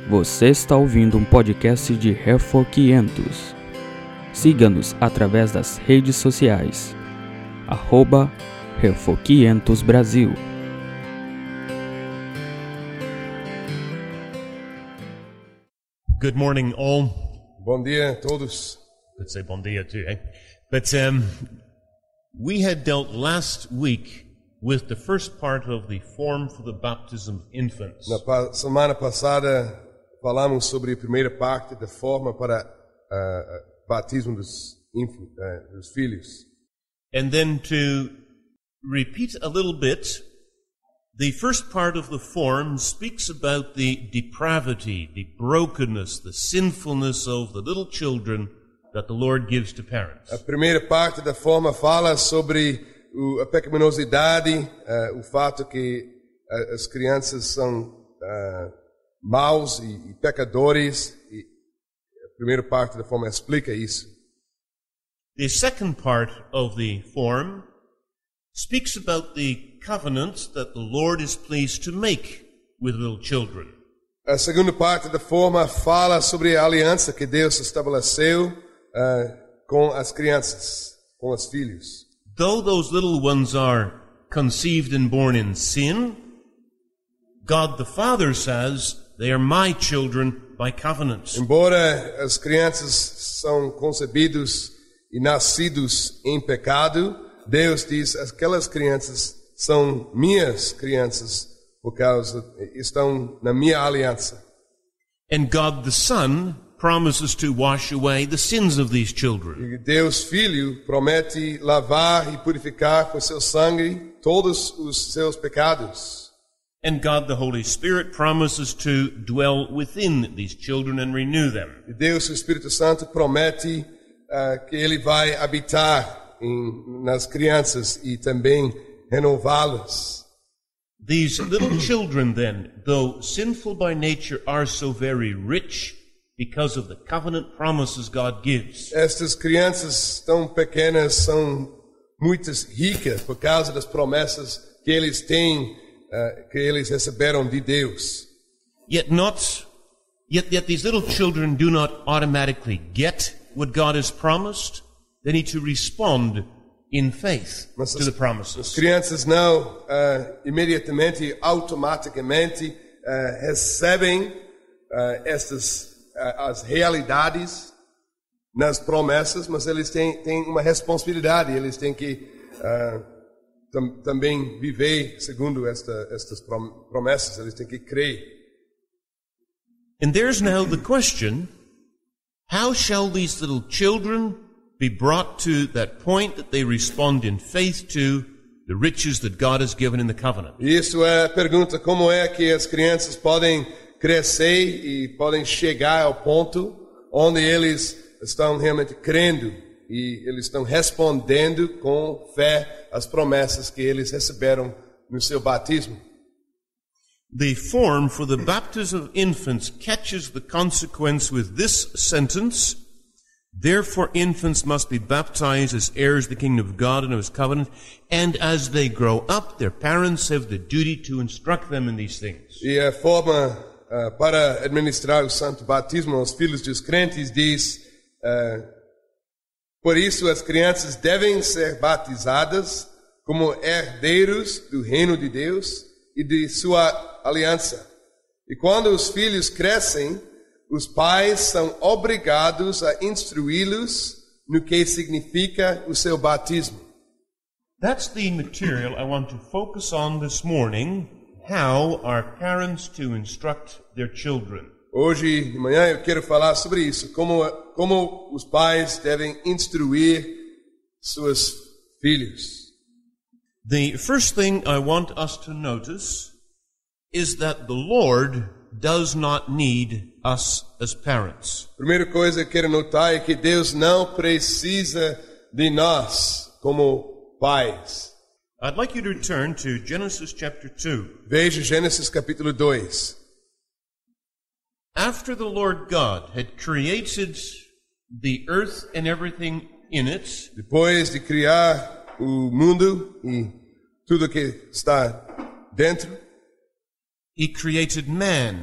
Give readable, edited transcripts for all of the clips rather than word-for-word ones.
Você está ouvindo um podcast de Hereford 500. Siga-nos através das redes sociais. @Hereford 500 Brasil. Good morning, all. Bom dia a todos. Let's say bon dia too, eh? But we had dealt last week with the first part of the form for the baptism of infants. Na semana passada falamos sobre a primeira parte da forma para batismo dos filhos. And then to repeat a little bit, the first part of the form speaks about the depravity, the brokenness, the sinfulness of the little children that the Lord gives to parents. A primeira parte da forma fala sobre a pecaminosidade, o fato que as crianças são maus e pecadores. E a primeira parte da forma explica isso. The second part of the form speaks about the covenant that the Lord is pleased to make with little children. A segunda parte da forma fala sobre a aliança que Deus estabeleceu com as crianças, com os filhos. Though those little ones are conceived and born in sin, God the Father says they are my children by covenant. Embora as crianças são concebidos e nascidos em pecado, Deus diz aquelas crianças são minhas crianças por causa estão na minha aliança. And God the Son promises to wash away the sins of these children. E Deus Filho promete lavar e purificar com seu sangue todos os seus pecados. And God the Holy Spirit promises to dwell within these children and renew them. E Deus, o Espírito Santo, promete que Ele vai habitar nas crianças e também renová-las. These little children then, though sinful by nature, are so very rich because of the covenant promises God gives. Estas crianças tão pequenas são muito ricas por causa das promessas que eles têm, que eles receberam de Deus. Yet these little children do not automatically get what God has promised. They need to respond in faith to the promises. As crianças não imediatamente, automaticamente recebem as realidades nas promessas, mas eles têm uma responsabilidade. Eles têm que também viver segundo estas promessas. Eles têm que crer. And there's now the question: how shall these little children be brought to that point that they respond in faith to the riches that God has given in the covenant? Isso é a pergunta: como é que as crianças podem crescer e podem chegar ao ponto onde eles estão realmente crendo e eles estão respondendo com fé às promessas que eles receberam no seu batismo? The form for the baptism of infants catches the consequence with this sentence: therefore infants must be baptized as heirs of the kingdom of God and of his covenant, and as they grow up, their parents have the duty to instruct them in these things. E a forma para administrar o santo batismo aos filhos dos crentes diz: por isso as crianças devem ser batizadas como herdeiros do reino de Deus e de sua aliança. E quando os filhos crescem, os pais são obrigados a instruí-los no que significa o seu batismo. That's the material I want to focus on this morning. How are parents to instruct their children? Hoje de manhã eu quero falar sobre isso, como os pais devem instruir seus filhos. The first thing I want us to notice is that the Lord does not need us as parents. Primeira coisa que eu quero notar é que Deus não precisa de nós como pais. I'd like you to return to Genesis chapter 2. Veja Gênesis capítulo 2. After the Lord God had created the earth and everything in it, Depois de criar o mundo e tudo que está dentro, He created man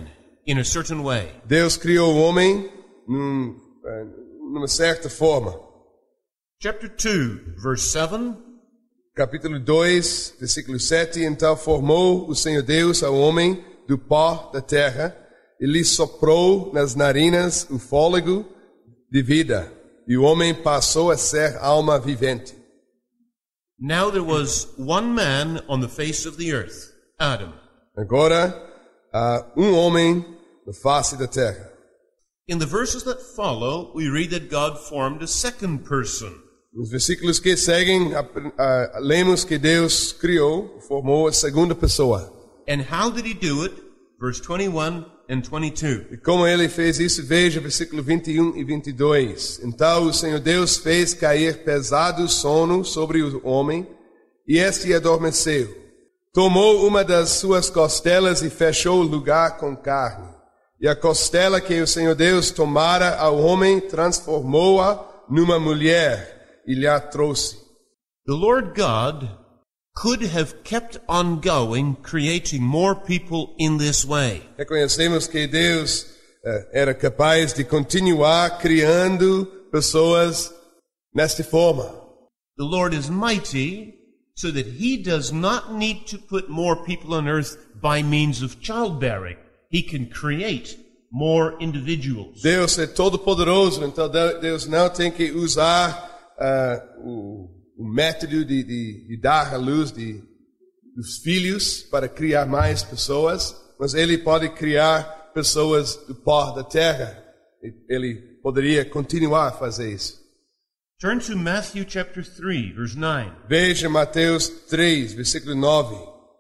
in a certain way. Deus criou o homem numa certa forma. Chapter 2, verse 7. Capítulo 2, versículo 7. Então formou o Senhor Deus ao homem do pó da terra e lhe soprou nas narinas o fôlego de vida. E o homem passou a ser alma vivente. Now there was one man on the face of the earth, Adam. Agora há homem na face da terra. In the verses that follow, we read that God formed a second person. Nos versículos que seguem, lemos que Deus criou, formou a segunda pessoa. And how did he do it? Verse 21 and 22. E como ele fez isso, veja versículo 21 e 22. Então o Senhor Deus fez cair pesado sono sobre o homem, e este adormeceu. Tomou uma das suas costelas e fechou o lugar com carne. E a costela que o Senhor Deus tomara ao homem, transformou-a numa mulher e lhe a trouxe. The Lord God could have kept on going, creating more people in this way. Reconhecemos que Deus era capaz de continuar criando pessoas nesta forma. The Lord is mighty, so that he does not need to put more people on earth by means of childbearing. He can create more individuals. Deus é todo poderoso, então Deus não tem que usar o método de dar à luz dos filhos para criar mais pessoas, mas ele pode criar pessoas do pó da terra. Ele poderia continuar a fazer isso. Turn to Matthew chapter 3, verse 9. Veja Mateus 3, versículo 9.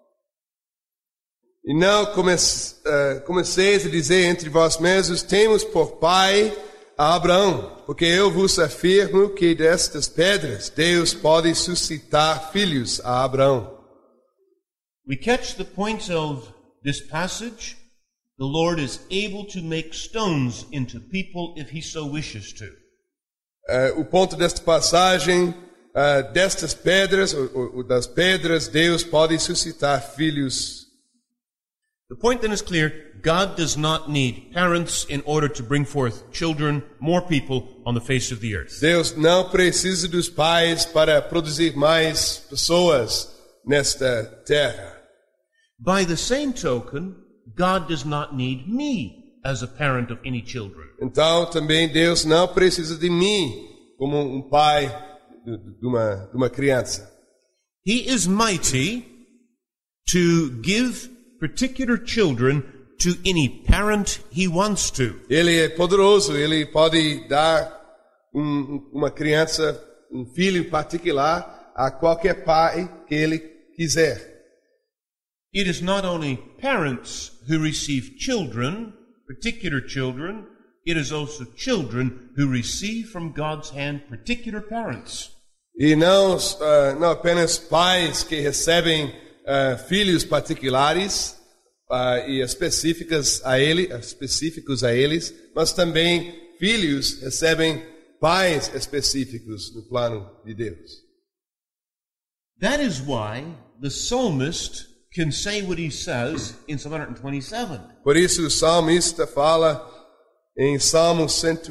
E não comeceis a dizer entre vós mesmos, temos por pai a Abraão, porque eu vos afirmo que destas pedras Deus pode suscitar filhos a Abraão. We catch the point of this passage. The Lord is able to make stones into people if he so wishes to. O ponto desta passagem, destas pedras, ou das pedras, Deus pode suscitar filhos. The point then is clear. God does not need parents in order to bring forth children, more people on the face of the earth. Deus não precisa dos pais para produzir mais pessoas nesta terra. By the same token, God does not need me as a parent of any children. Então também Deus não precisa de mim como pai de uma criança. He is mighty to give particular children to any parent he wants to. Ele é poderoso, ele pode dar uma criança, filho particular a qualquer pai que ele quiser. It is not only parents who receive children, particular children, it is also children who receive from God's hand particular parents. E não apenas pais que recebem filhos particulares e específicos a eles, mas também filhos recebem pais específicos no plano de Deus. That is why the psalmist can say what he says in Psalm 127. Por isso o salmista fala em Salmo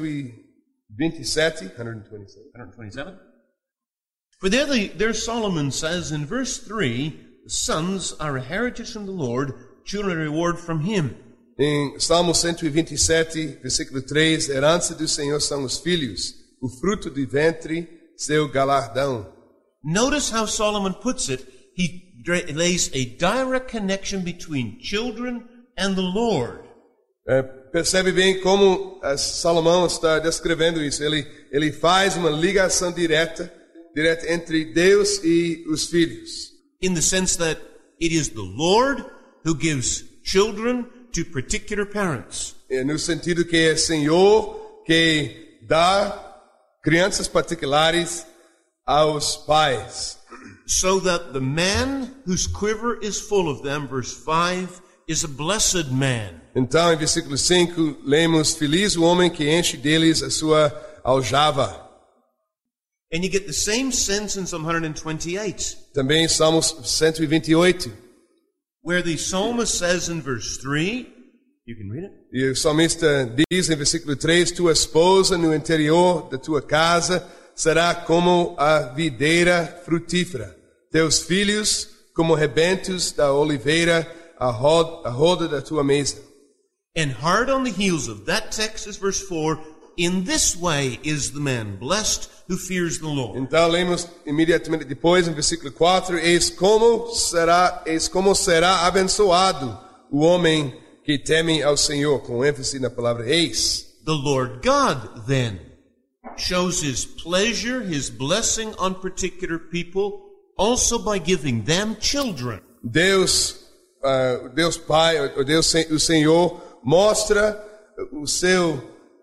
127, 127. For there Solomon says in verse 3, sons are a heritage from the Lord, children a reward from him. Em Salmo 127, versículo 3, herança do Senhor são os filhos, o fruto do ventre, seu galardão. Notice how Solomon puts it. He lays a direct connection between children and the Lord. Percebe bem como Salomão está descrevendo isso. Ele faz uma ligação direta entre Deus e os filhos. In the sense that it is the Lord who gives children to particular parents. No sentido que é Senhor que dá crianças particulares aos pais. So that the man whose quiver is full of them, verse 5, is a blessed man. Então, em versículo 5, lemos, feliz o homem que enche deles a sua aljava. And you get the same sense in Psalm 128. Também em Salmos 128. Where the psalmist says in verse 3, You can read it. E o salmista diz em versículo 3, tua esposa no interior da tua casa será como a videira frutífera, teus filhos como rebentos da oliveira, a roda da tua mesa. And hard on the heels of that text is verse 4, in this way is the man blessed who fears the Lord. Então lemos imediatamente depois, em versículo 4, eis como será abençoado o homem que teme ao Senhor, com ênfase na palavra eis. The Lord God, then, shows His pleasure, His blessing on particular people, also by giving them children. Deus Pai, o Senhor, mostra o seu...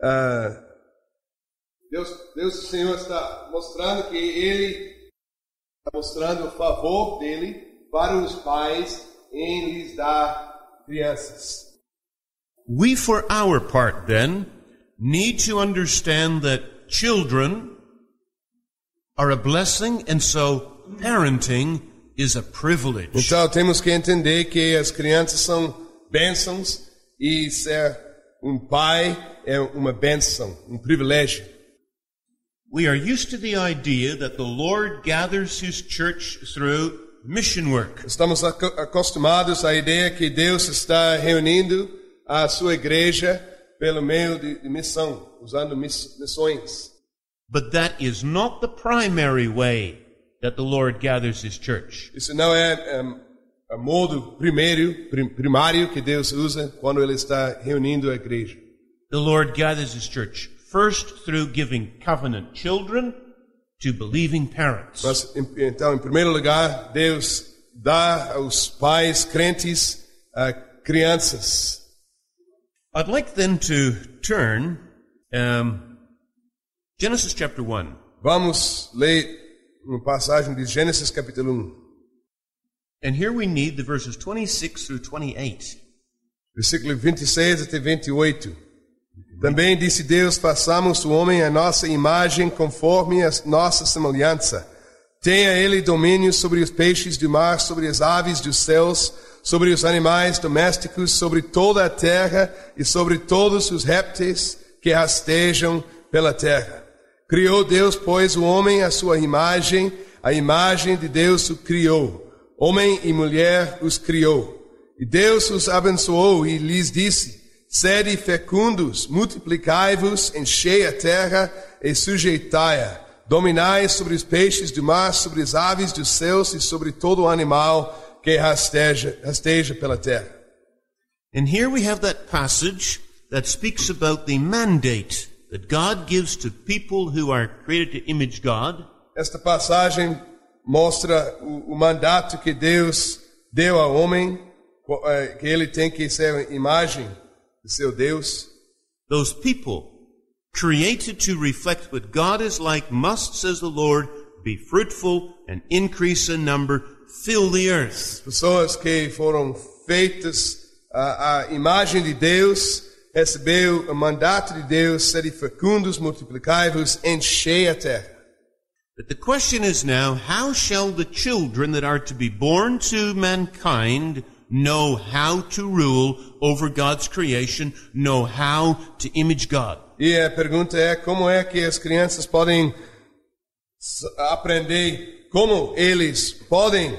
Deus o Senhor está mostrando que Ele está mostrando o favor dele para os pais em lhes dar crianças. We, for our part, then, need to understand that children are a blessing, and so parenting is a privilege. Então temos que entender que as crianças são bênçãos e ser um pai é uma bênção, um privilégio. We are used to the idea that the Lord gathers His church through mission work. Estamos acostumados à ideia que Deus está reunindo a sua igreja pelo meio de missão, usando missões. But that is not the primary way that the Lord gathers His church. Isso não é o modo primário que Deus usa quando Ele está reunindo a igreja. The Lord gathers His church first through giving covenant children to believing parents. Mas, então, em primeiro lugar, Deus dá aos pais crentes crianças. I'd like then to turn Genesis chapter 1. Vamos ler uma passagem de Gênesis capítulo 1. And here we need the verses 26 through 28. Versículo 26 até 28. Também disse Deus, façamos o homem à nossa imagem, conforme a nossa semelhança. Tenha ele domínio sobre os peixes do mar, sobre as aves dos céus, sobre os animais domésticos, sobre toda a terra e sobre todos os répteis que rastejam pela terra. Criou Deus, pois, o homem à sua imagem, a imagem de Deus o criou. Homem e mulher os criou. E Deus os abençoou e lhes disse, sede fecundos, multiplicai-vos, enchei a terra e sujeitai-a. Dominai sobre os peixes do mar, sobre as aves dos céus e sobre todo o animal que rasteja pela terra. And here we have that passage that speaks about the mandate that God gives to people who are created to image God. Esta passagem mostra o mandato que Deus deu ao homem, que ele tem que ser a imagem de seu Deus. Those people created to reflect what God is like must, says the Lord, be fruitful and increase in number, fill the earth. Pessoas que foram feitas à imagem de Deus, recebeu o mandato de Deus, sede fecundos, multiplicai-vos, enchei a terra. But the question is now, how shall the children that are to be born to mankind know how to rule over God's creation, know how to image God? E a pergunta é, como é que as crianças podem aprender como eles podem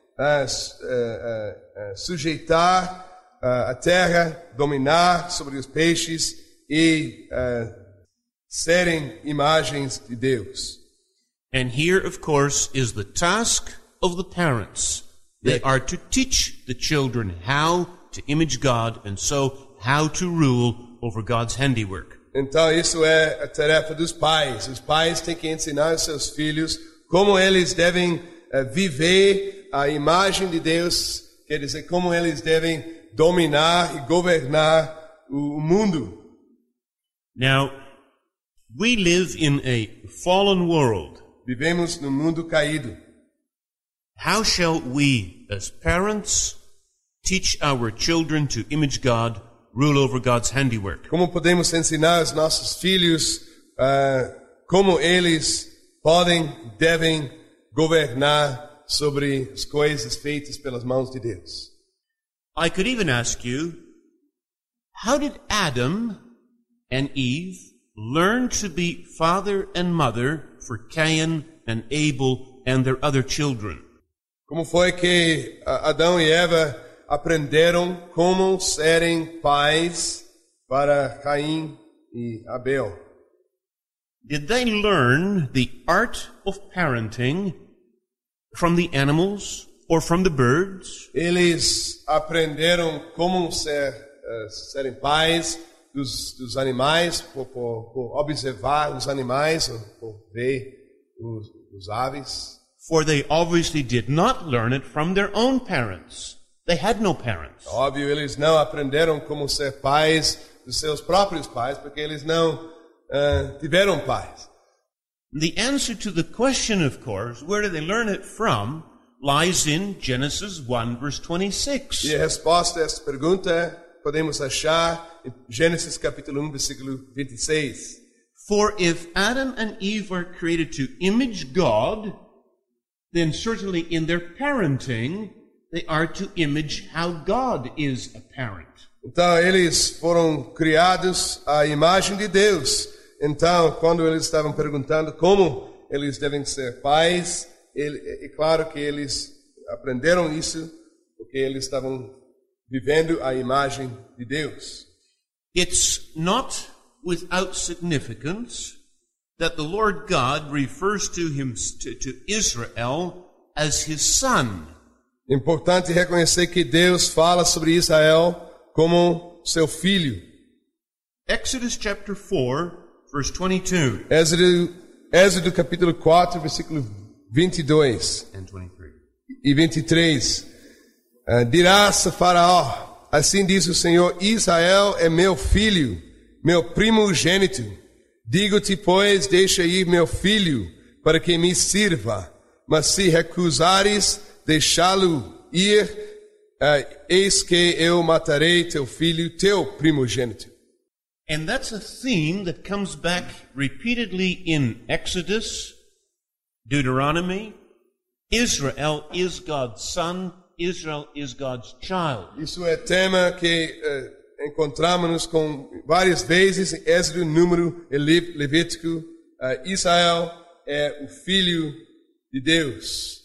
sujeitar a terra, dominar sobre os peixes e serem imagens de Deus. And here, of course, is the task of the parents. They are to teach the children how to image God and so how to rule over God's handiwork. Então isso é a tarefa dos pais. Os pais têm que ensinar aos seus filhos como eles devem viver a imagem de Deus, quer dizer, como eles devem dominar e governar o mundo. Now, we live in a fallen world. Vivemos num mundo caído. How shall we, as parents, teach our children to image God, rule over God's handiwork? Como podemos ensinar aos nossos filhos como eles podem, devem governar sobre as coisas feitas pelas mãos de Deus? I could even ask you, How did Adam and Eve learn to be father and mother for Cain and Abel and their other children? Como foi que Adão e Eva aprenderam como serem pais para Caim e Abel? Did they learn the art of parenting from the animals or from the birds? Eles aprenderam como serem pais dos animais, por observar os animais, por ver os aves. For they obviously did not learn it from their own parents. They had no parents. Óbvio, eles não aprenderam como ser pais dos seus próprios pais, porque eles não tiveram pais. The answer to the question, of course, where did they learn it from, lies in Genesis 1, verse 26. E a resposta a essa pergunta podemos achar em Gênesis capítulo 1, versículo 26. For if Adam and Eve are created to image God, then certainly in their parenting, they are to image how God is a parent. Então, eles foram criados à imagem de Deus. Então, quando eles estavam perguntando como eles devem ser pais, é claro que eles aprenderam isso porque eles estavam vivendo a imagem de Deus. It's not without significance that the Lord God refers to Israel as his son. É importante reconhecer que Deus fala sobre Israel como seu filho. Exodus chapter 4, verse 22 Êxodo capítulo 4, versículo 22 and 23. e 23. Dirás a Faraó, assim diz o Senhor, Israel é meu filho, meu primogênito. Digo-te, pois, deixa ir meu filho, para que me sirva. Mas se recusares deixá-lo ir, eis que eu matarei teu filho, teu primogênito. And that's a theme that comes back repeatedly in Exodus, Deuteronomy. Israel is God's son. Israel is God's child. Isso é tema que encontramos com várias vezes em Êxodo, Número e Levítico. Israel é o filho de Deus.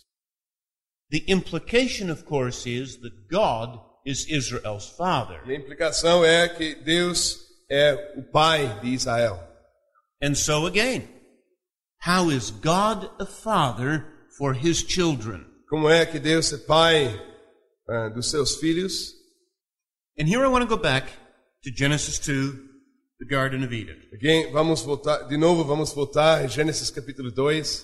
The implication, of course, is that God is Israel's father. E a implicação é que Deus é o pai de Israel. And so again, how is God a father for his children? Como é que Deus é pai dos seus filhos? And here I want to go back to Genesis 2, the Garden of Eden. Vamos voltar em Gênesis capítulo 2.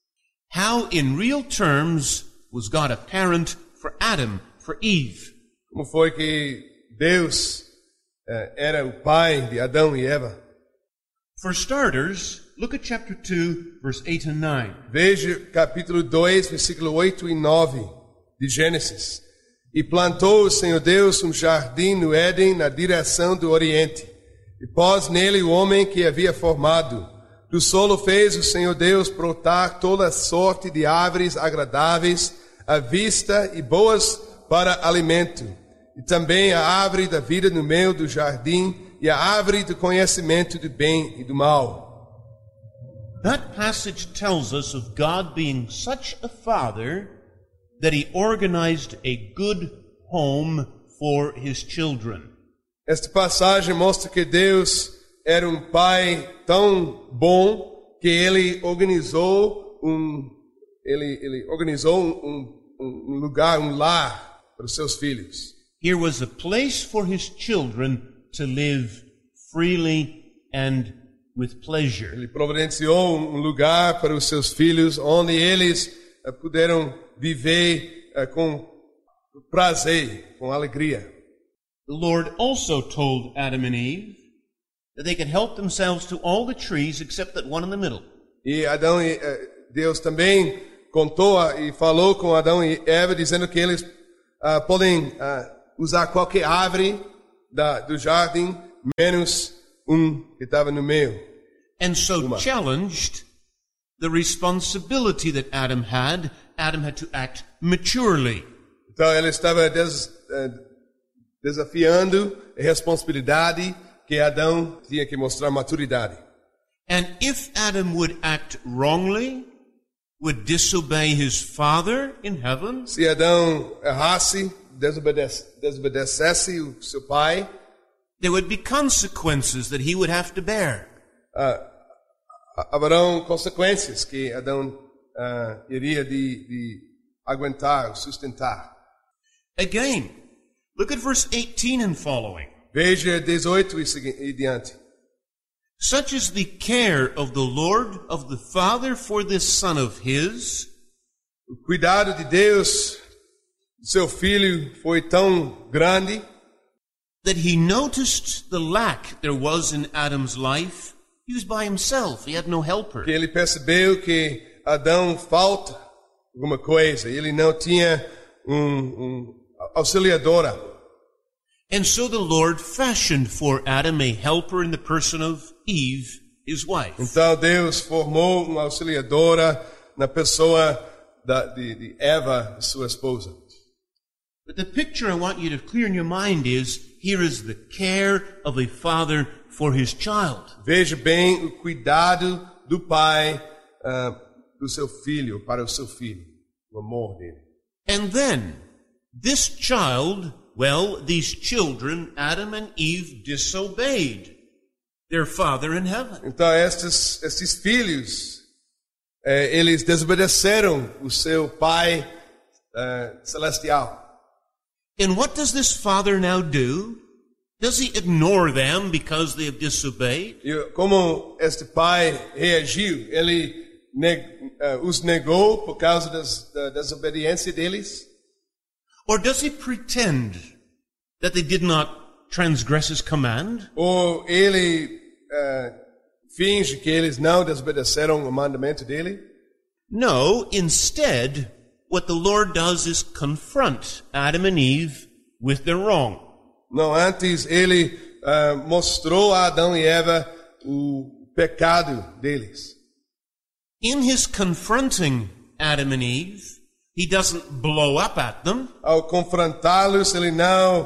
How in real terms was God a parent for Adam, for Eve? Como foi que Deus era o pai de Adão e Eva? For starters, look at chapter 2, verse 8 and 9. Veja capítulo 2, versículo 8 e 9 de Gênesis. E plantou o Senhor Deus um jardim no Éden na direção do Oriente. E pôs nele o homem que havia formado. Do solo fez o Senhor Deus brotar toda sorte de árvores agradáveis à vista e boas para alimento. E também a árvore da vida no meio do jardim e a árvore do conhecimento do bem e do mal. That passage tells us of God being such a father that he organized a good home for his children. Esta passagem mostra que Deus era um pai tão bom que ele organizou um lugar, um lar para os seus filhos. Here was a place for his children to live freely and with pleasure. Ele providenciou um lugar para os seus filhos onde eles puderam viver com prazer, com alegria. The Lord also told Adam and Eve that they could help themselves to all the trees except that one in the middle. E Deus também contou e falou com Adão e Eva dizendo que eles podem usar qualquer árvore do jardim menos que estava no meio. And so challenged the responsibility that Adam had to act maturely. Então ele estava desafiando a responsabilidade que Adão tinha que mostrar maturidade. And if Adam would act wrongly, would disobey his father in heaven, Se Adão errasse, desobedecesse o seu pai, there would be consequences that he would have to bear. haverão consequências que Adão iria de aguentar, sustentar. Again, look at verse 18 and following. Veja 18 e diante. Such is the care of the Lord, of the Father for this son of his, O cuidado de Deus, do seu filho, foi tão grande that he noticed the lack there was in Adam's life. He was by himself. He had no helper. que ele percebeu que Adão falta alguma coisa. Ele não tinha auxiliadora. And so the Lord fashioned for Adam a helper in the person of Eve, his wife. Então Deus formou uma auxiliadora na pessoa de Eva, sua esposa. But the picture I want you to clear in your mind is, here is the care of a father for his child. Veja bem o cuidado do pai do seu filho, para o seu filho, o amor dele. And then, this child, well, these children, Adam and Eve, disobeyed their father in heaven. Então estes filhos, eles desobedeceram o seu pai celestial. And what does this father now do? Does he ignore them because they have disobeyed? E como este pai reagiu? Ele os negou por causa da desobediência deles? Or does he pretend that they did not transgress his command? Ou ele finge que eles não desobedeceram o mandamento dele? No, instead, what the Lord does is confront Adam and Eve with their wrong. Não, antes ele mostrou a Adão e Eva o pecado deles. In his confronting Adam and Eve, he doesn't blow up at them. Ao confrontá-los, ele não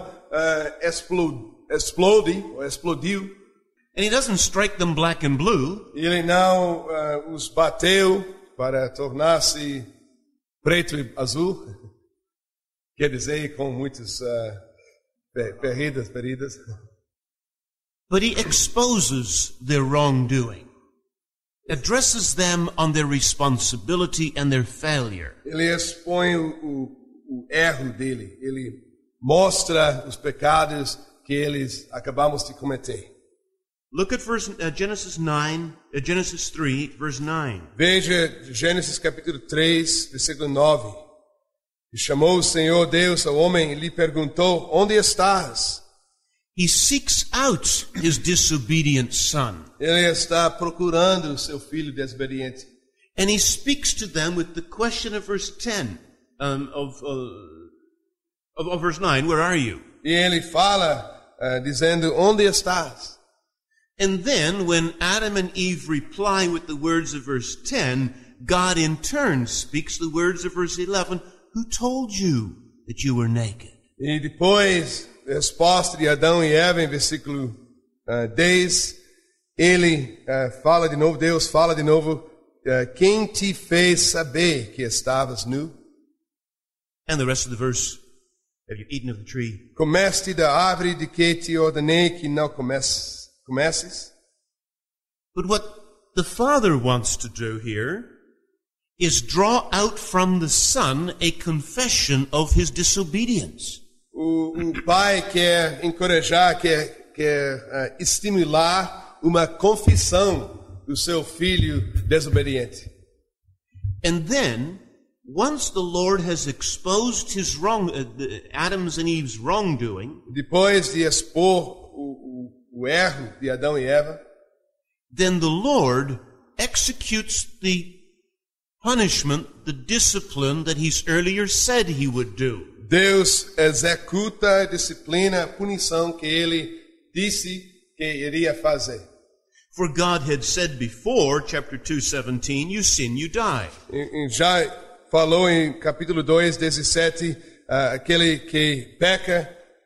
explodiu. And he doesn't strike them black and blue. Ele não os bateu para tornar-se preto e azul. Quer dizer, com muitas feridas. But he exposes their wrongdoing, addresses them on their responsibility and their failure. Ele expõe o erro dele. Ele mostra os pecados que eles acabamos de cometer. Look at Genesis 3, verse 9. Veja Gênesis capítulo 3, versículo 9. E chamou o Senhor Deus ao homem e lhe perguntou: onde estás? He seeks out his disobedient son. Ele está procurando o seu filho desobediente. And he speaks to them with the question of verse 10 of verse 9, where are you? E ele fala dizendo: onde estás? And then when Adam and Eve reply with the words of verse 10, God in turn speaks the words of verse 11, who told you that you were naked? E depois, a resposta de Adão e Eva em versículo 10, ele fala de novo, Deus fala de novo, quem te fez saber que estavas nu? And the rest of the verse, have you eaten of the tree? Comeste da árvore de que te ordenei que não comesses? But what the Father wants to do here is draw out from the Son a confession of his disobedience. O pai quer encorajar, quer estimular uma confissão do seu filho desobediente. And then, once the Lord has exposed his Adam's and Eve's wrongdoing, Depois de expor o erro de Adão e Eva, then the Lord executes the punishment, the discipline that he's earlier said he would do. Deus executa a disciplina, a punição que ele disse que iria fazer. For God had said before, chapter 2:17, you sin, you die. E já falou em capítulo 2, 17, aquele que peca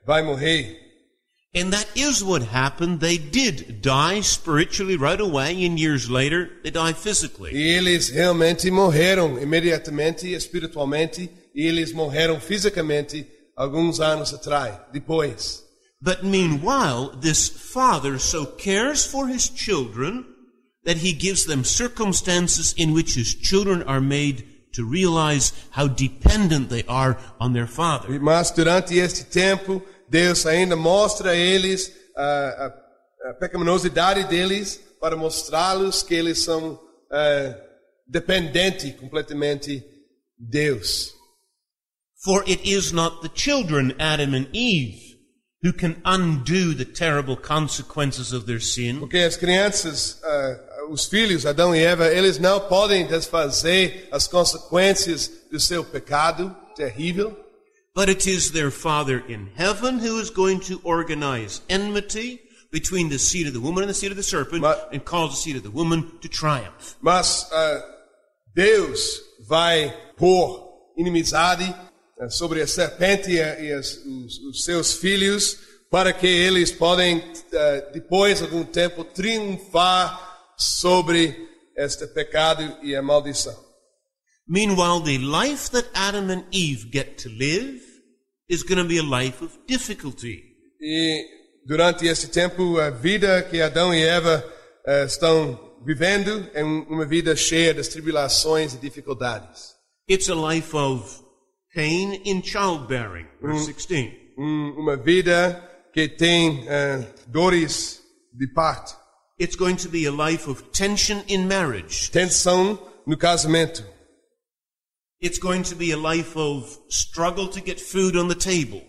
vai morrer. And that is what happened. They did die spiritually right away, and years later, they die physically. E eles realmente morreram imediatamente, espiritualmente, e eles morreram fisicamente alguns anos atrás, depois. But meanwhile, this father so cares for his children that he gives them circumstances in which his children are made to realize how dependent they are on their father. Mas durante este tempo, Deus ainda mostra a eles a pecaminosidade deles para mostrá-los que eles são dependentes completamente de Deus. For it is not the children, Adam and Eve, who can undo the terrible consequences of their sin. Porque as crianças, os filhos, Adão e Eva, eles não podem desfazer as consequências do seu pecado terrível. But it is their Father in heaven who is going to organize enmity between the seed of the woman and the seed of the serpent and cause the seed of the woman to triumph. Mas Deus vai pôr inimizade sobre a serpente e os seus filhos para que eles podem, depois de algum tempo, triunfar sobre este pecado e a maldição. Meanwhile, the life that Adam and Eve get to live is going to be a life of difficulty. E durante este tempo, a vida que Adão e Eva estão vivendo é uma vida cheia de tribulações e dificuldades. It's a life of pain in childbearing, verse 16. Uma vida que tem dores de parto. It's going to be a life of tension in marriage. Tensão no casamento. It's going to be a life of struggle to get food on the table.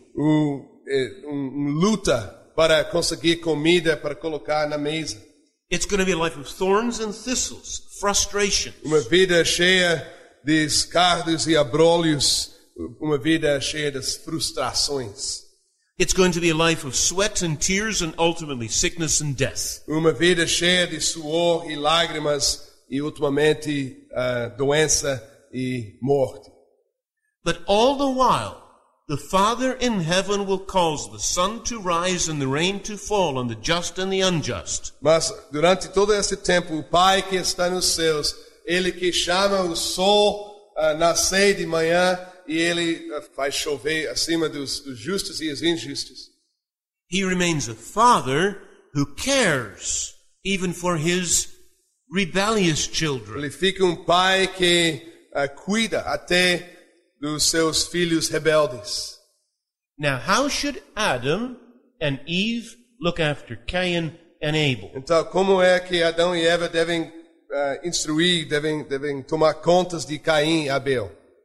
Luta para conseguir comida para colocar na mesa. It's going to be a life of thorns and thistles, frustrations. Uma vida cheia de escardos e abrolhos, uma vida cheia de frustrações. It's going to be a life of sweat and tears and ultimately sickness and death. Uma vida cheia de suor e lágrimas e ultimamente doença e morte. But all the while, the Father in heaven will cause the sun to rise and the rain to fall on the just and the unjust. Mas durante todo esse tempo, o Pai que está nos céus, Ele que chama o sol nascer de manhã e Ele faz chover acima dos justos e os injustos. He remains a Father who cares even for his rebellious children. Ele fica Pai que cuida até dos seus filhos rebeldes. Now, how should Adam and Eve look after Cain and Abel? Então, como é que Adão e Eva devem instruir, devem tomar contas de Caim e Abel?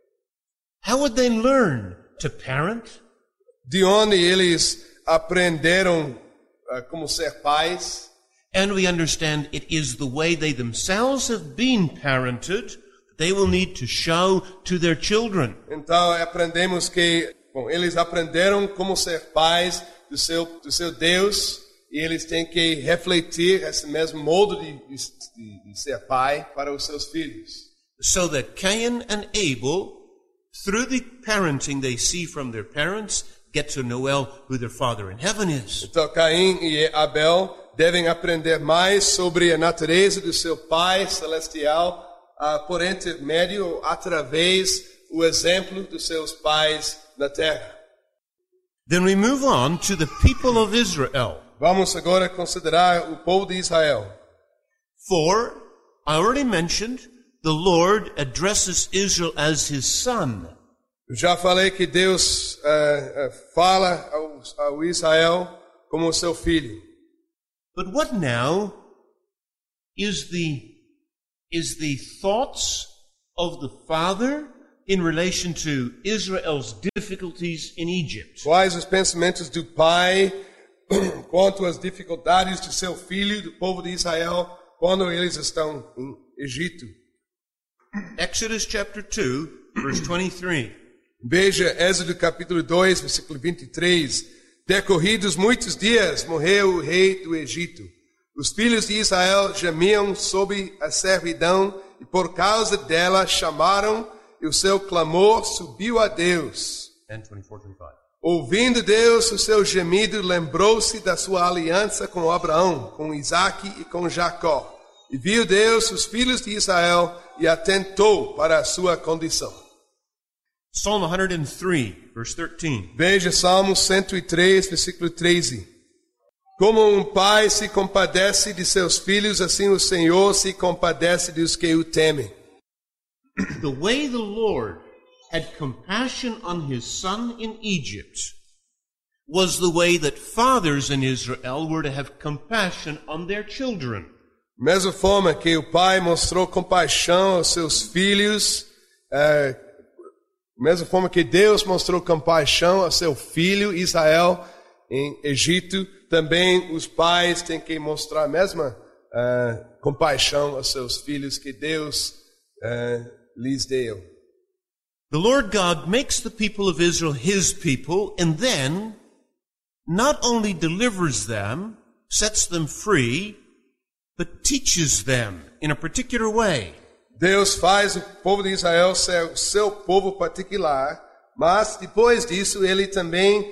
How would they learn to parent? De onde eles aprenderam como ser pais? And we understand it is the way they themselves have been parented they will need to show to their children. Então aprendemos que eles aprenderam como ser pais do seu Deus e eles têm que refletir esse mesmo modo de ser pai para os seus filhos. So that Cain and Abel, through the parenting they see from their parents, get to know well who their Father in heaven is. Então Caim e Abel devem aprender mais sobre a natureza do seu Pai celestial por intermédio, através do exemplo dos seus pais na terra. Then we move on to the people of Israel. Vamos agora considerar o povo de Israel. For, I already mentioned, the Lord addresses Israel as his son. Eu já falei que Deus fala ao Israel como seu filho. But what now is the thoughts of the Father in relation to Israel's difficulties in Egypt? Quais os pensamentos do Pai quanto às dificuldades do seu filho, do povo de Israel, quando eles estão em Egito? Exodus chapter 2, verse 23. Veja Êxodo capítulo 2, versículo 23. Decorridos muitos dias, morreu o rei do Egito. Os filhos de Israel gemiam sob a servidão e por causa dela chamaram e o seu clamor subiu a Deus. And 24, 25. Ouvindo Deus o seu gemido, lembrou-se da sua aliança com Abraão, com Isaque e com Jacó. E viu Deus os filhos de Israel e atentou para a sua condição. Psalm 103, verse 13. Veja Salmo 103, versículo 13. Como um pai se compadece de seus filhos, assim o Senhor se compadece dos que o temem. The way the Lord had compassion on his son in Egypt was the way that fathers in Israel were to have compassion on their children. Mesma forma que o pai mostrou compaixão aos seus filhos, mesma forma que Deus mostrou compaixão ao seu filho Israel em Egito, também os pais têm que mostrar a mesma compaixão aos seus filhos que Deus lhes deu. The Lord God makes the people of Israel his people, and then not only delivers them, sets them free, but teaches them in a particular way. Deus faz o povo de Israel ser o seu povo particular, mas depois disso ele também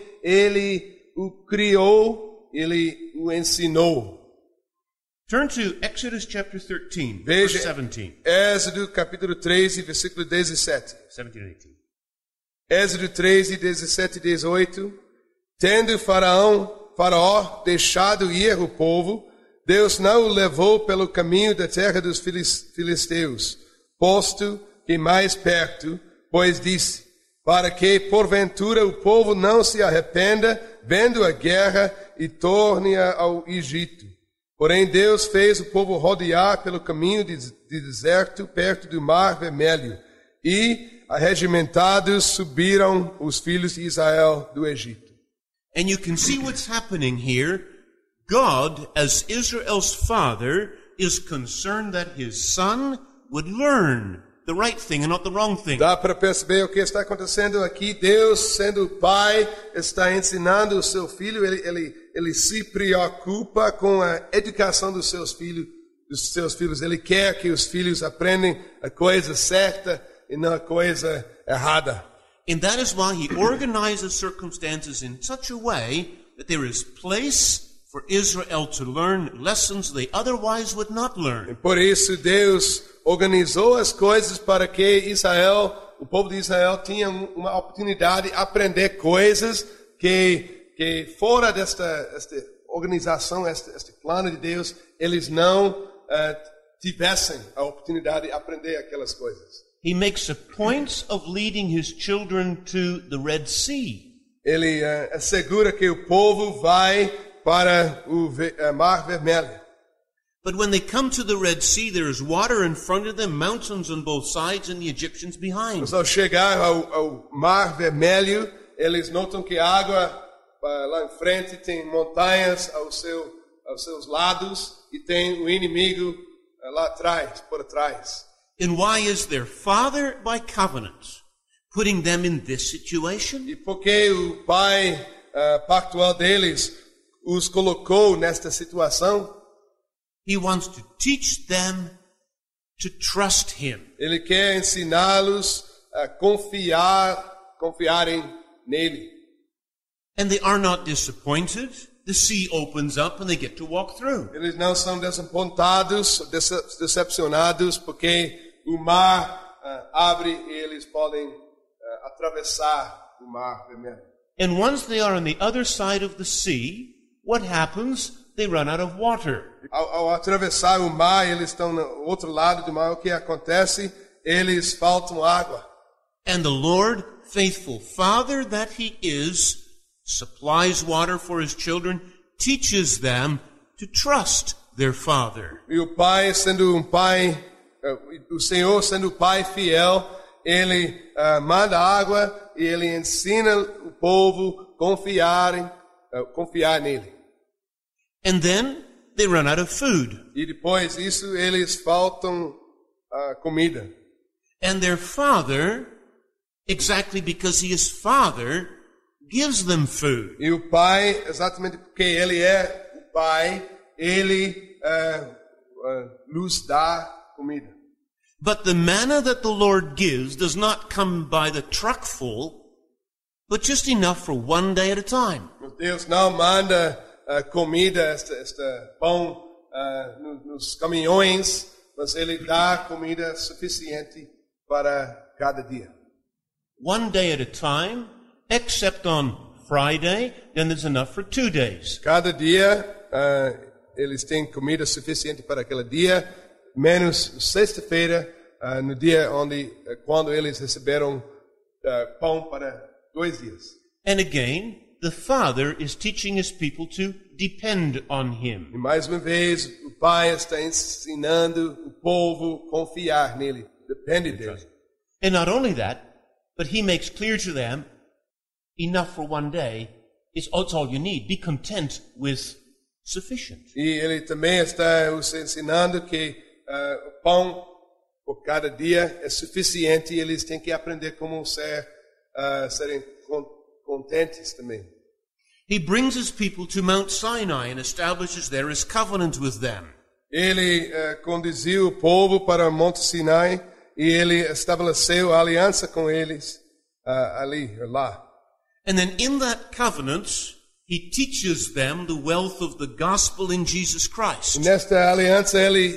o criou, ele o ensinou. Turn to Exodus chapter 13, Veja verse 17. Êxodo capítulo 13, versículo 17. 17 and 18. Êxodo 13, 17 e 18. Tendo Faraó deixado ir o povo, Deus não o levou pelo caminho da terra dos filisteus, posto que mais perto, pois disse, para que porventura o povo não se arrependa, vendo a guerra e torne ao Egito. Porém Deus fez o povo rodear pelo caminho de deserto, perto do Mar Vermelho, e arregimentados subiram os filhos de Israel do Egito. And you can see what's happening here. God, as Israel's father, is concerned that his son would learn the right thing and not the wrong thing. Dá para perceber o que está acontecendo aqui. Deus, sendo o pai, está ensinando o seu filho. Ele se preocupa com a educação dos seus filhos. Ele quer que os filhos aprendam a coisa certa e não a coisa errada. And that is why he organizes circumstances in such a way that there is place for Israel to learn lessons they otherwise would not learn. E por isso Deus organizou as coisas para que o povo de Israel tinha uma oportunidade de aprender coisas que fora desta organização, este plano de Deus, eles não tivessem a oportunidade de aprender aquelas coisas. He makes a point of leading his children to the Red Sea. Ele assegura que o povo vai para o Mar Vermelho. But when they come to the Red Sea, there is water in front of them, mountains on both sides, and the Egyptians behind. Mas ao chegar ao Mar Vermelho, eles notam que a água lá em frente tem montanhas aos seus lados e tem o inimigo lá atrás, por trás. And why is their father by covenant putting them in this situation? E por que o pai pactual deles os colocou nesta situação? He wants to teach them to trust him. Ele quer ensiná-los a confiarem nele. And they are not disappointed. The sea opens up and they get to walk through. Eles não são desapontados, decepcionados, porque o mar abre e eles podem atravessar o Mar Vermelho. And once they are on the other side of the sea, what happens? They run out of water. Ao atravessar o mar, eles estão no outro lado do mar. O que acontece? Eles faltam água. And the Lord, faithful Father that He is, supplies water for His children, teaches them to trust their Father. E o Pai, sendo pai, o Senhor sendo o Pai fiel, Ele manda água e Ele ensina o povo a confiar nele. And then they run out of food. E depois disso, eles faltam comida. And their Father, exactly because He is Father, gives them food. E o Pai, exatamente porque Ele é o Pai, Ele nos dá comida. But the manna that the Lord gives does not come by the truckful. but just enough for one day at a time. Deus não manda comida, pão nos caminhões, mas Ele dá comida suficiente para cada dia. One day at a time, except on Friday, then there's enough for 2 days. Cada dia eles têm comida suficiente para aquele dia, menos sexta-feira, no dia quando eles receberam pão para 2 dias. And again, the Father is teaching his people to depend on him. E mais uma vez, o Pai está ensinando o povo a confiar nele, depende dele. And not only that, but he makes clear to them, enough for one day is all you need. Be content with sufficient. E ele também está os ensinando que o pão por cada dia é suficiente e eles têm que aprender como serem contentes também. He brings his people to Mount Sinai and establishes there his covenant with them. Ele conduziu o povo para o Monte Sinai e ele estabeleceu a aliança com eles lá. And then in that covenant, he teaches them the wealth of the gospel in Jesus Christ. E nesta aliança ele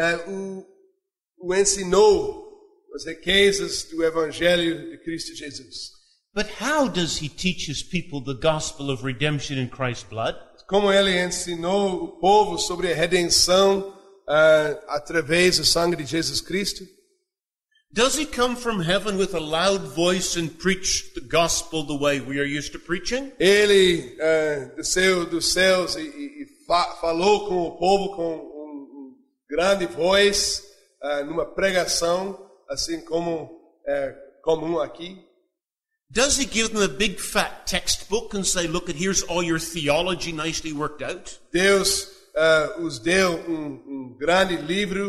o ensinou as riquezas do Evangelho de Cristo Jesus. But how does he teach his people the gospel of redemption in Christ's blood? Como ele ensinou o povo sobre a redenção através do sangue de Jesus Cristo? Does he come from heaven with a loud voice and preach the gospel the way we are used to preaching? Ele desceu dos céus e falou com o povo com grande voz numa pregação, assim como comum aqui. Does he give them a big fat textbook and say, look, here's all your theology nicely worked out? Deus os deu grande livro,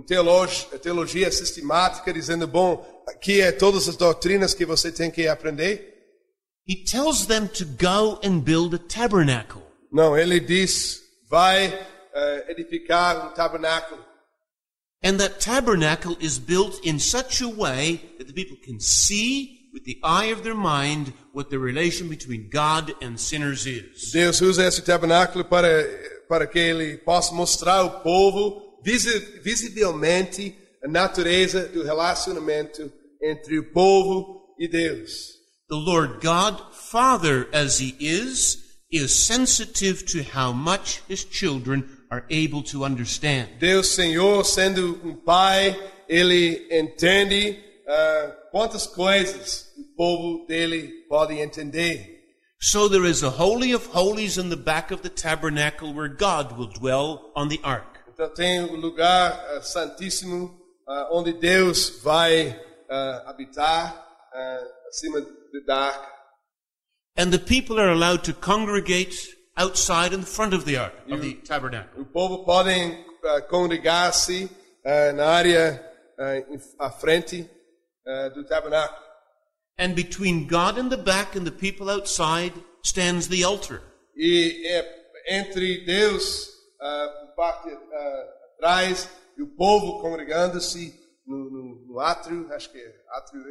teologia sistemática, dizendo, bom, aqui é todas as doutrinas que você tem que aprender. He tells them to go and build a tabernacle. Não, ele diz, vai edificar tabernáculo. And that tabernacle is built in such a way that the people can see with the eye of their mind what the relation between God and sinners is. Deus usa esse tabernáculo para que ele possa mostrar ao povo visivelmente a natureza do relacionamento entre o povo e Deus. The Lord God, Father as he is sensitive to how much his children are able to understand. Deus Senhor, sendo pai, ele entende quantas coisas o povo dele pode entender. So there is a holy of holies in the back of the tabernacle where God will dwell on the ark. Então tem o lugar santíssimo onde Deus vai habitar acima da arca. And the people are allowed to congregate outside in the front of the ark, of the tabernacle. O povo pode congregar-se na área à frente do tabernáculo. And between God in the back and the people outside stands the altar. E entre Deus, parte atrás, e o povo congregando-se no átrio, acho que é átrio,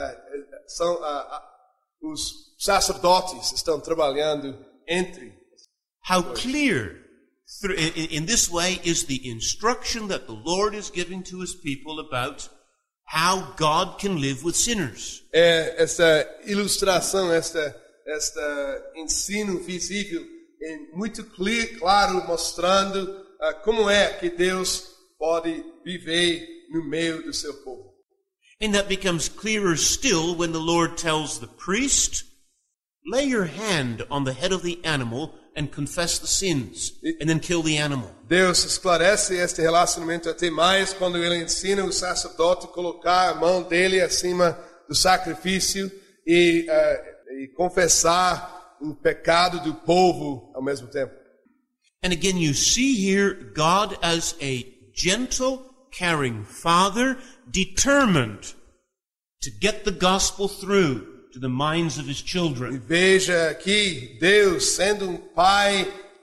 são os sacerdotes estão trabalhando entre. How clear in this way is the instruction that the Lord is giving to his people about how God can live with sinners. Essa ilustração, esta ensino visível é muito claro, mostrando como é que Deus pode viver no meio do seu povo. And that becomes clearer still when the Lord tells the priest, lay your hand on the head of the animal and confess the sins, and then kill the animal. Deus esclarece este relacionamento até mais quando ele ensina o sacerdote a colocar a mão dele acima do sacrifício e confessar o pecado do povo ao mesmo tempo. And again, you see here God as a gentle, caring Father, determined to get the gospel through to the minds of his children. E veja aqui Deus sendo pai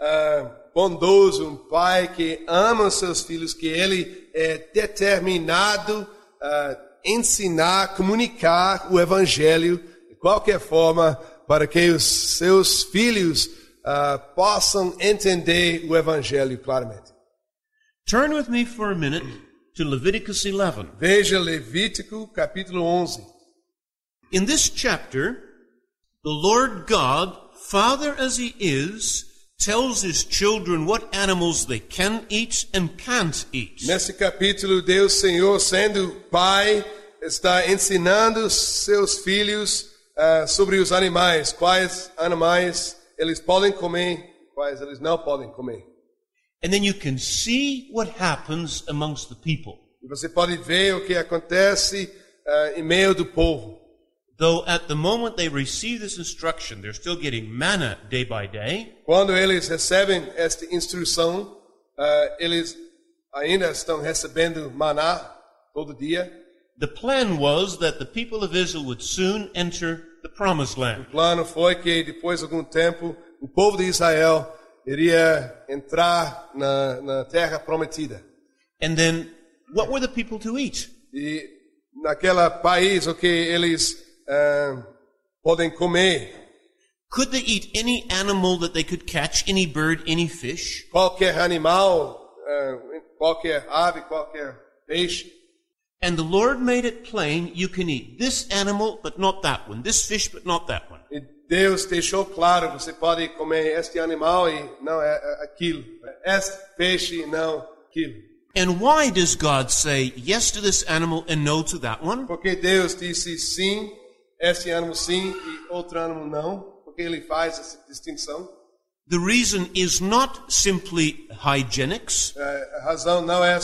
bondoso, pai que ama os seus filhos, que ele é determinado a ensinar, comunicar o evangelho qualquer forma para que os seus filhos possam entender o Evangelho claramente. Turn with me for a minute to Leviticus 11. Veja Levítico capítulo 11. In this chapter, the Lord God, Father as He is, tells His children what animals they can eat and can't eat. Nesse capítulo, Deus Senhor, sendo Pai, está ensinando seus filhos sobre os animais, quais animais eles podem comer, quais eles não podem comer. And then you can see what happens amongst the people. E você pode ver o que acontece em meio do povo. Though at the moment they receive this instruction, they're still getting manna day by day. Quando eles recebem esta instrução, eles ainda estão recebendo maná todo dia. The plan was that the people of Israel would soon enter the promised land. O plano foi que depois de algum tempo o povo de Israel iria entrar na terra prometida. And then what were the people to eat? E naquele país o que eles podem comer, Could they eat any animal that they could catch, any bird, any fish? qualquer animal, qualquer ave, qualquer peixe. And the Lord made it plain, you can eat this animal, but not that one. This fish, but not that one. E Deus deixou claro, você pode comer este animal e não aquilo. Este peixe e não aquilo. And why does God say yes to this animal and no to that one? Porque Deus disse sim, este animal sim e outro animal não. Porque Ele faz essa distinção. The reason is not simply hygienics. A razão não é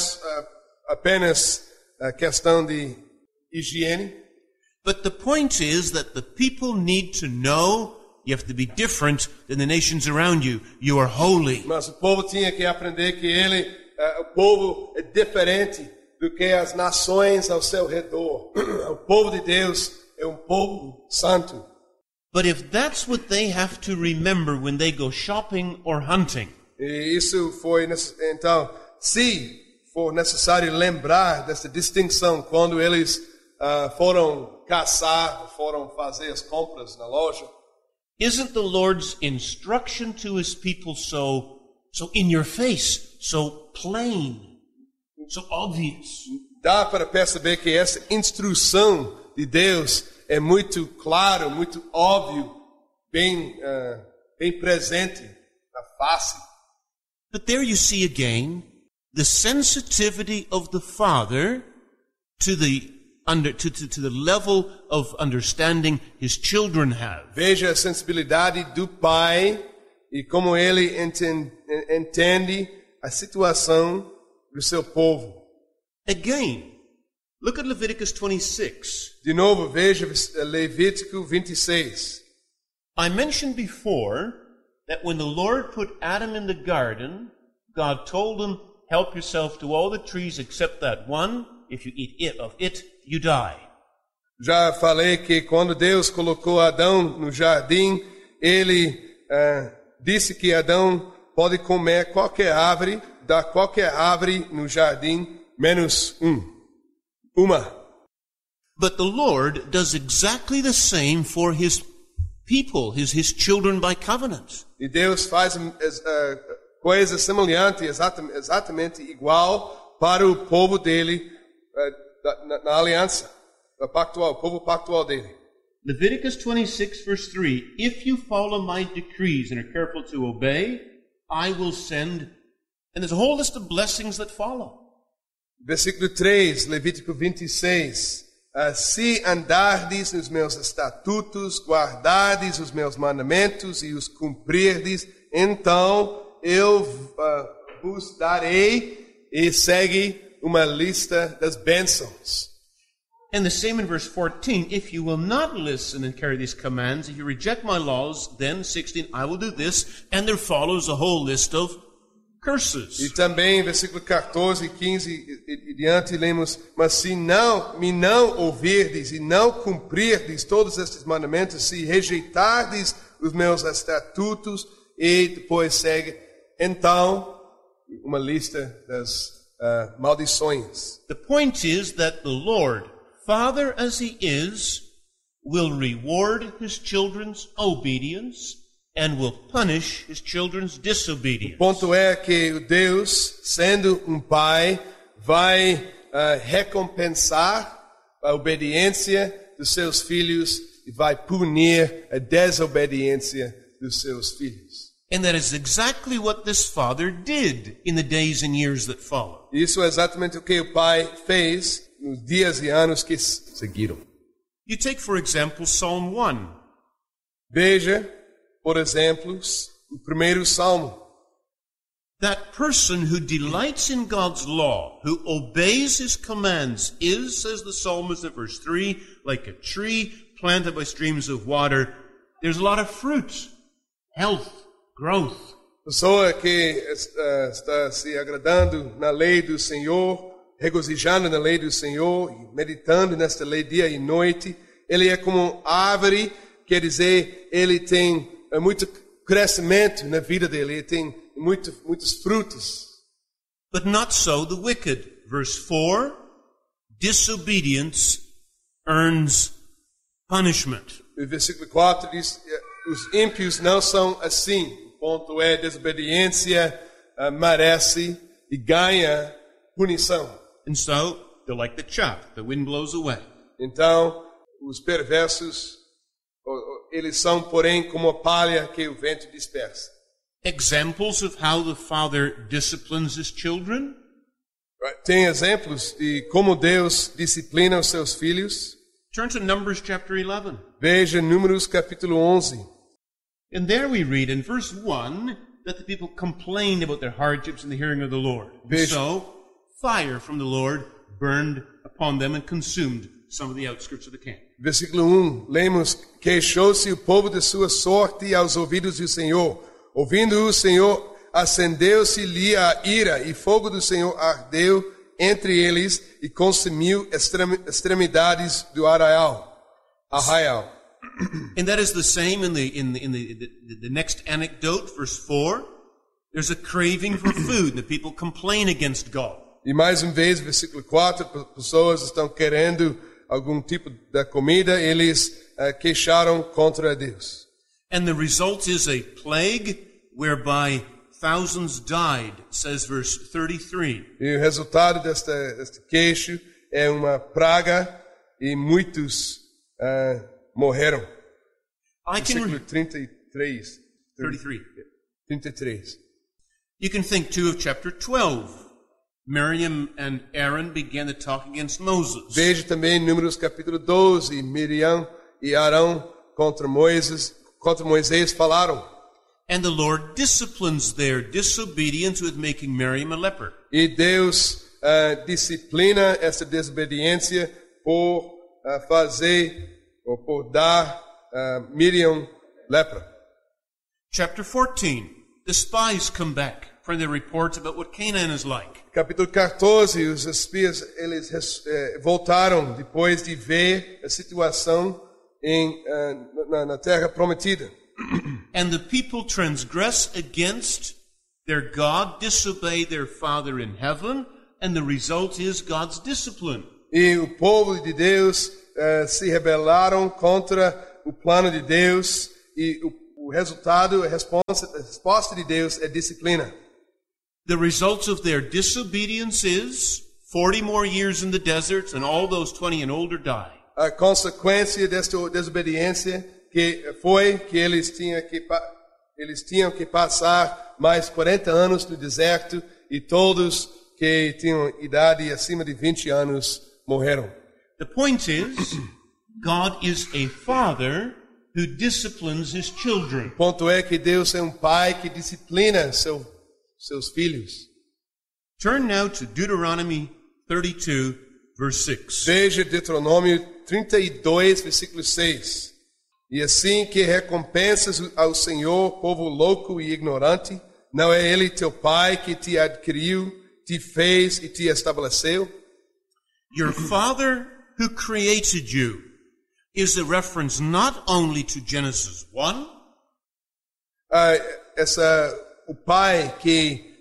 apenas a questão de higiene. But the point is that the people need to know you have to be different than the nations around you. You are holy. Mas o povo tinha que aprender que o povo é diferente do que as nações ao seu redor. O povo de Deus é um povo santo. But if that's what they have to remember when they go shopping or hunting, E isso foi, então, se for necessário lembrar dessa distinção quando eles foram caçar, foram fazer as compras na loja, isn't the Lord's instruction to His people so in your face, so plain, so obvious? dá para perceber que essa instrução de Deus é muito claro, muito óbvio, bem presente na face. But there you see again the sensitivity of the Father to the level of understanding His children have. Veja a sensibilidade do Pai e como Ele entende a situação do seu povo. Again, look at Leviticus 26. De novo, veja Levítico 26. I mentioned before that when the Lord put Adam in the garden, God told him, help yourself to all the trees except that one. If you eat of it, you die. Já falei que quando Deus colocou Adão no jardim, Ele disse que Adão pode comer qualquer árvore, dar qualquer árvore no jardim, menos uma. But the Lord does exactly the same for His people, His children by covenant. E Deus faz coisa semelhante, exatamente igual para o povo dele na aliança pactual, o povo pactual dele. Leviticus 26 verse 3, if you follow my decrees and are careful to obey, I will send, and there's a whole list of blessings that follow. Versículo 3, Levítico 26. Se andardes nos meus estatutos, guardardes os meus mandamentos e os cumprirdes, então eu vos darei, e segue uma lista das bênçãos. And the same in verse 14, if you will not listen and carry these commands, if you reject my laws, then 16, I will do this, and there follows a whole list of curses. E também, versículo 14, 15 e diante, lemos, mas se me não ouvirdes e não cumprirdes todos estes mandamentos, se rejeitardes os meus estatutos, e depois segue, então, uma lista das maldições. The point is that the Lord, Father as He is, will reward his children's obedience and will punish his children's disobedience. O ponto é que o Deus, sendo um pai, vai recompensar a obediência dos seus filhos e vai punir a desobediência dos seus filhos. And that is exactly what this father did in the days and years that followed. Isso é exatamente o que o pai fez nos dias e anos que seguiram. You take, for example, Psalm 1. Veja, por exemplo, o primeiro salmo. That person who delights in God's law, who obeys his commands, is, says the psalmist in verse 3, like a tree planted by streams of water. There's a lot of fruit, health, growth. Pessoa que está se agradando na lei do Senhor, regozijando na lei do Senhor, meditando nesta lei dia e noite, ele é como árvore, quer dizer, ele tem muito crescimento na vida dele, ele tem muitos frutos. But not so the wicked. Verse 4, disobedience earns punishment. O versículo 4 diz, os ímpios não são assim. O ponto é, desobediência merece e ganha punição. And so, they're like the chaff, the wind blows away. Então, os perversos, eles são, porém, como a palha que o vento dispersa. Examples of how the father disciplines his children? Tem exemplos de como Deus disciplina os seus filhos. Turn to Numbers chapter 11. Veja Números capítulo 11. And there we read in verse 1 that the people complained about their hardships in the hearing of the Lord. And so, fire from the Lord burned upon them and consumed some of the outskirts of the camp. Versículo 1. Lemos, queixou-se o povo de sua sorte aos ouvidos do Senhor. Ouvindo o Senhor, acendeu-se-lhe a ira, e fogo do Senhor ardeu entre eles e consumiu extremidades do arraial. And that is the same in the next anecdote, verse 4. There's a craving for food, and the people complain against God. E mais uma vez, versículo 4, pessoas estão querendo algum tipo de comida, eles queixaram contra Deus. And the result is a plague whereby thousands died, says verse 33. E o resultado deste queixo é uma praga e muitos morreram. Versículo 33. 33. You can think too of chapter 12. Miriam and Aaron began to talk against Moses. Veja também Números capítulo 12, Miriam e Arão contra Moisés falaram. And the Lord disciplines their disobedience with making Miriam a leper. E Deus disciplina essa desobediência por fazer ou por dar Miriam lepra. Chapter 14. The spies come back from their reports about what Canaan is like. Capítulo 14, os espias eles voltaram depois de ver a situação na terra prometida. And the people transgress against their God, disobey their Father in heaven, and the result is God's discipline. E o povo de Deus se rebelaram contra o plano de Deus e o resultado, a resposta de Deus é disciplina. The result of their disobedience is 40 more years in the desert, and all those 20 and older die. A consequência desta desobediência foi que eles tinham que passar mais 40 anos no deserto e todos que tinham idade acima de 20 anos morreram. The point is, God is a father who disciplines his children. O ponto é que Deus é um pai que disciplina seus filhos. Turn now to Deuteronomy 32, verse 6. Veja Deuteronômio 32, versículo 6. E assim que recompensas ao Senhor, povo louco e ignorante, não é Ele teu pai que te adquiriu, te fez e te estabeleceu? Your Father who created you is a reference not only to Genesis 1, o pai que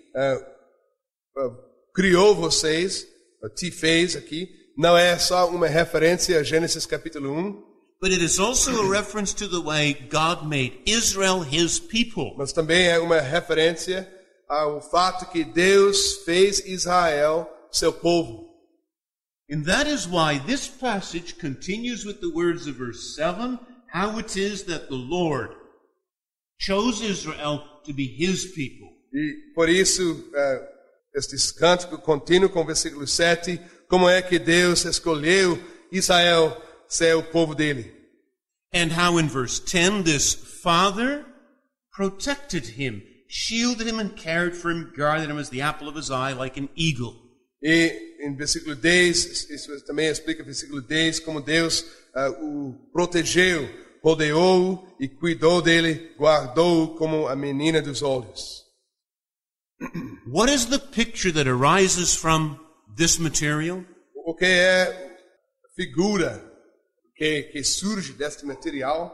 criou vocês, te fez aqui, não é só uma referência a Gênesis capítulo 1, but it is also a reference to the way God made Israel his people. Mas também é uma referência ao fato que Deus fez Israel seu povo. And that is why this passage continues with the words of verse 7, how it is that the Lord chose Israel to be his people. E por isso, este cântico continua com o versículo 7, como é que Deus escolheu Israel ser o povo dele. And how in verse 10 this father protected him, shielded him and cared for him, guarded him as the apple of his eye like an eagle. E em versículo 10, isso também explica versículo 10, como Deus o protegeu, rodeou-o e cuidou dele, guardou-o como a menina dos olhos. What is the picture that arises from this material? O que é a figura que surge deste material?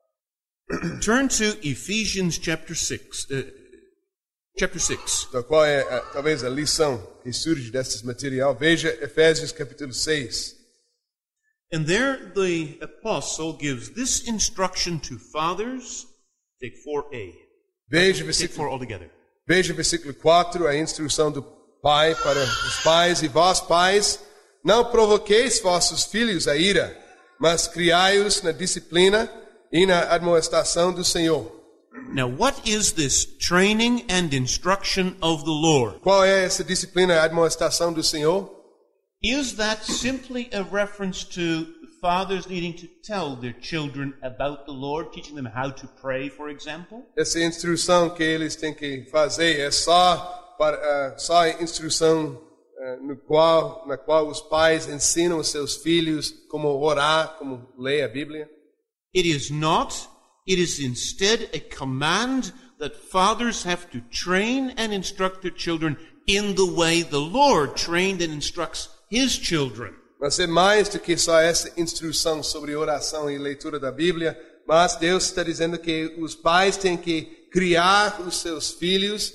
Turn to Ephesians chapter 6. Chapter 6. Então, qual é talvez a lição que surge deste material? Veja Efésios capítulo 6. And there the apostle gives this instruction to fathers. Take 4a. Veja Take 4 altogether. Veja versículo 4, a instrução do pai para os pais. E vós, pais, não provoqueis vossos filhos a ira, mas criai-os na disciplina e na admoestação do Senhor. Now, what is this training and instruction of the Lord? Qual é essa disciplina e admoestação do Senhor? Is that simply a reference to fathers needing to tell their children about the Lord, teaching them how to pray, for example? Essa instrução que eles têm que fazer é só instrução na qual os pais ensinam os seus filhos como orar, como ler a Bíblia? It is not. It is instead a command that fathers have to train and instruct their children in the way the Lord trained and instructs his children. Mas é mais do que só essa instrução sobre oração e leitura da Bíblia, mas Deus está dizendo que os pais têm que criar os seus filhos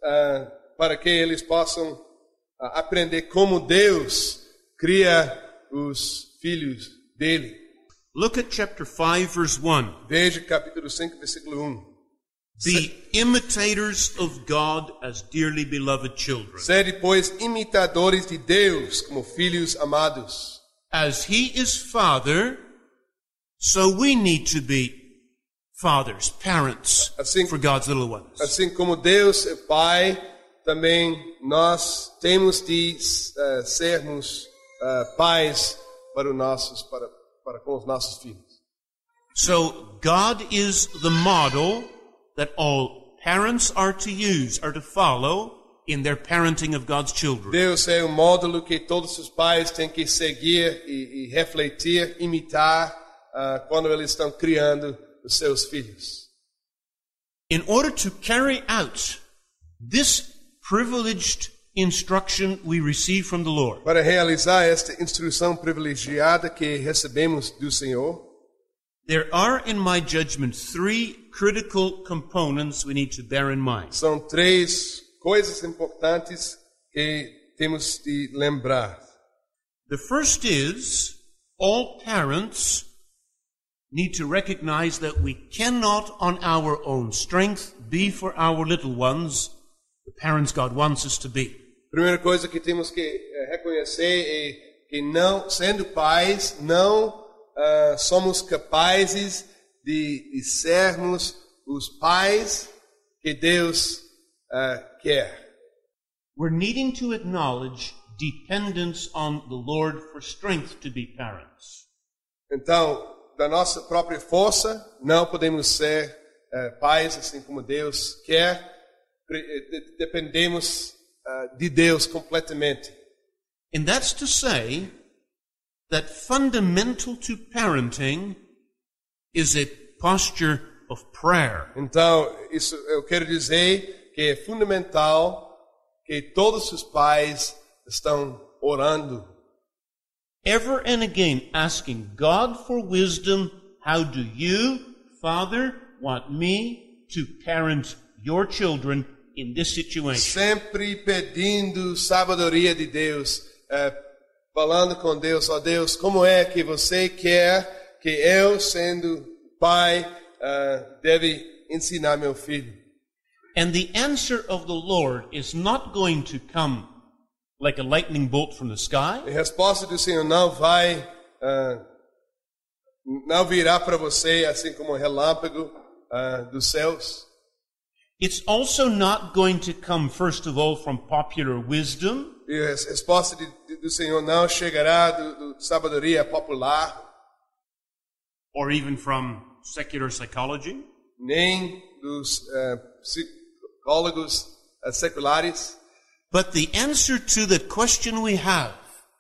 para que eles possam aprender como Deus cria os filhos dele. Look at chapter 5, verse 1. Veja capítulo 5, versículo 1. Be imitators of God as dearly beloved children. Sede, pois, imitadores de Deus como filhos amados. As he is Father, so we need to be fathers, parents for God's little ones. Assim como Deus é Pai, também nós temos de sermos pais para com os nossos filhos. So God is the model that all parents are to follow in their parenting of God's children. Deus é o módulo que todos os pais têm que seguir e refletir, imitar quando eles estão criando os seus filhos. In order to carry out this privileged instruction we receive from the Lord, Para realizar esta instrução privilegiada que recebemos do Senhor, there are, in my judgment, 3 critical components we need to bear in mind. são 3 coisas importantes que temos de lembrar. The first is, all parents need to recognize that we cannot on our own strength be for our little ones the parents God wants us to be. Primeira coisa que temos que reconhecer é que não, sendo pais, não somos capazes de sermos os pais que Deus quer. We're needing to acknowledge dependence on the Lord for strength to be parents. Então, da nossa própria força, não podemos ser pais assim como Deus quer. Dependemos de Deus completamente. And that's to say that fundamental to parenting is a posture of prayer. Então, isso eu quero dizer que é fundamental que todos os pais estão orando. Ever and again asking God for wisdom, how do you, Father, want me to parent your children in this situation? Sempre pedindo sabedoria de Deus, falando com Deus, ó Deus, como é que você quer que eu, sendo pai, deve ensinar meu filho. And the answer of the Lord is not going to come like a lightning bolt from the sky. A resposta do Senhor não virá para você assim como um relâmpago dos céus. It's also not going to come, first of all, from popular wisdom. E a resposta do Senhor não chegará do sabedoria popular, Or even from secular psychology. nem dos psicólogos seculares. But the answer to the question we have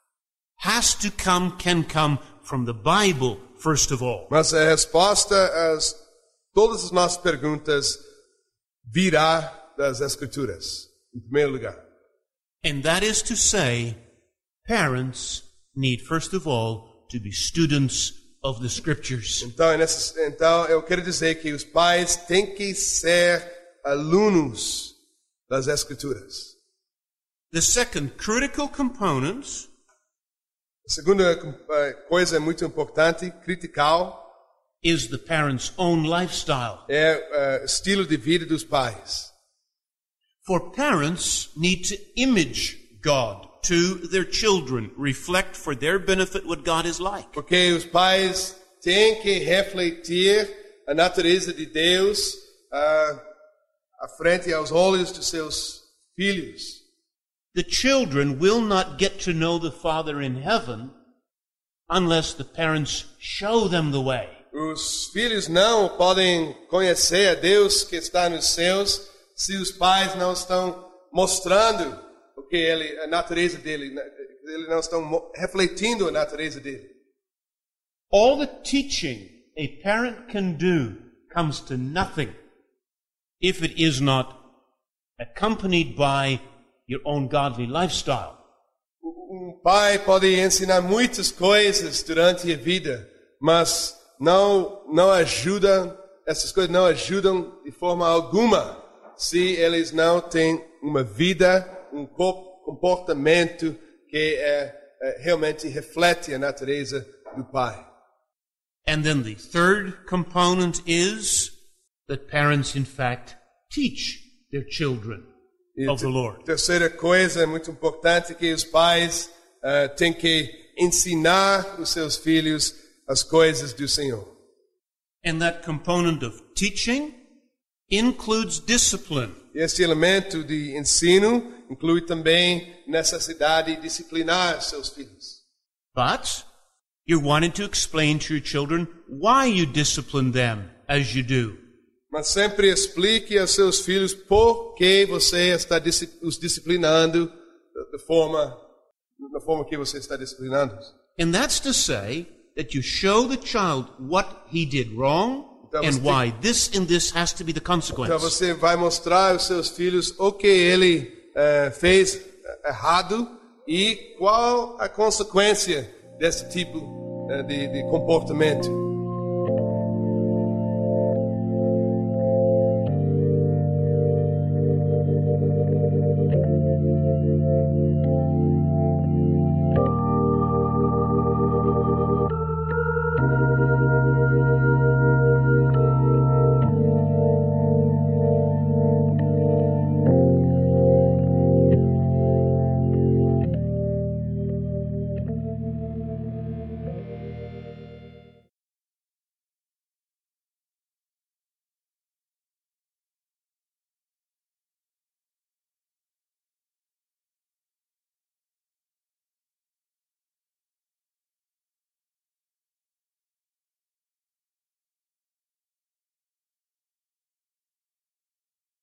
can come from the Bible, first of all. Mas a resposta a todas as nossas perguntas virá das Escrituras, em primeiro lugar. And that is to say, parents need, first of all, to be students of the Scriptures. Então eu quero dizer que os pais têm que ser alunos das Escrituras. The second critical component A segunda coisa muito importante, critical, is the parent's own lifestyle. é o estilo de vida dos pais. For parents need to image God to their children, reflect for their benefit what God is like. Porque os pais têm que refletir a natureza de Deus à frente aos olhos dos seus filhos. The children will not get to know the Father in heaven unless the parents show them the way. Os filhos não podem conhecer a Deus que está nos céus se os pais não estão mostrando o que a natureza dele, eles não estão refletindo a natureza dele. All the teaching a parent can do comes to nothing if it is not accompanied by your own godly lifestyle. Pai pode ensinar muitas coisas durante a vida, mas essas coisas não ajudam de forma alguma se eles não têm uma vida, um comportamento que realmente reflete a natureza do pai. And then the third component is that parents, in fact, teach their children of the Lord. Terceira coisa muito importante que os pais têm que ensinar os seus filhos as coisas do Senhor. And that component of teaching includes discipline. Este elemento de ensino inclui também necessidade de disciplinar seus filhos. But you're wanting to explain to your children why you discipline them as you do. Mas sempre explique aos seus filhos por que você está os disciplinando da forma que você está disciplinando. And that's to say that you show the child what he did wrong and why this and this has to be the consequence. Então você vai mostrar aos seus filhos o que ele fez errado e qual a consequência desse tipo de comportamento.